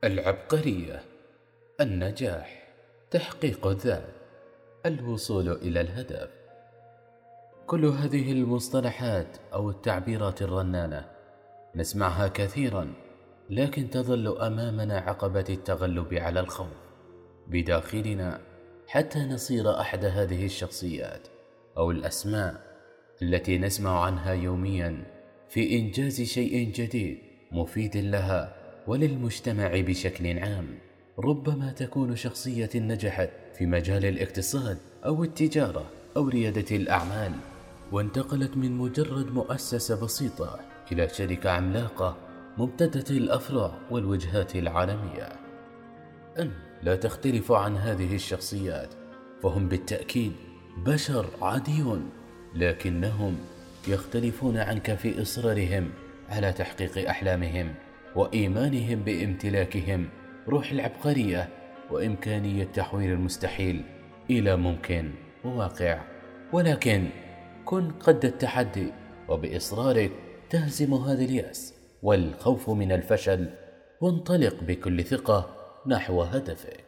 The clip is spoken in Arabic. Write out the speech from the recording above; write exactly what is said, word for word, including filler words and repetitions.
العبقرية، النجاح، تحقيق الذات، الوصول إلى الهدف. كل هذه المصطلحات أو التعبيرات الرنانة نسمعها كثيرا، لكن تظل أمامنا عقبة التغلب على الخوف بداخلنا حتى نصير أحد هذه الشخصيات أو الأسماء التي نسمع عنها يوميا في إنجاز شيء جديد مفيد لها وللمجتمع بشكل عام. ربما تكون شخصية نجحت في مجال الاقتصاد أو التجارة أو ريادة الأعمال، وانتقلت من مجرد مؤسسة بسيطة إلى شركة عملاقة ممتدة الأفرع والوجهات العالمية. أم لا تختلف عن هذه الشخصيات، فهم بالتأكيد بشر عاديون، لكنهم يختلفون عنك في إصرارهم على تحقيق أحلامهم وإيمانهم بامتلاكهم روح العبقرية وإمكانية تحويل المستحيل إلى ممكن وواقع. ولكن كن قد التحدي، وبإصرارك تهزم هذا اليأس والخوف من الفشل، وانطلق بكل ثقة نحو هدفك.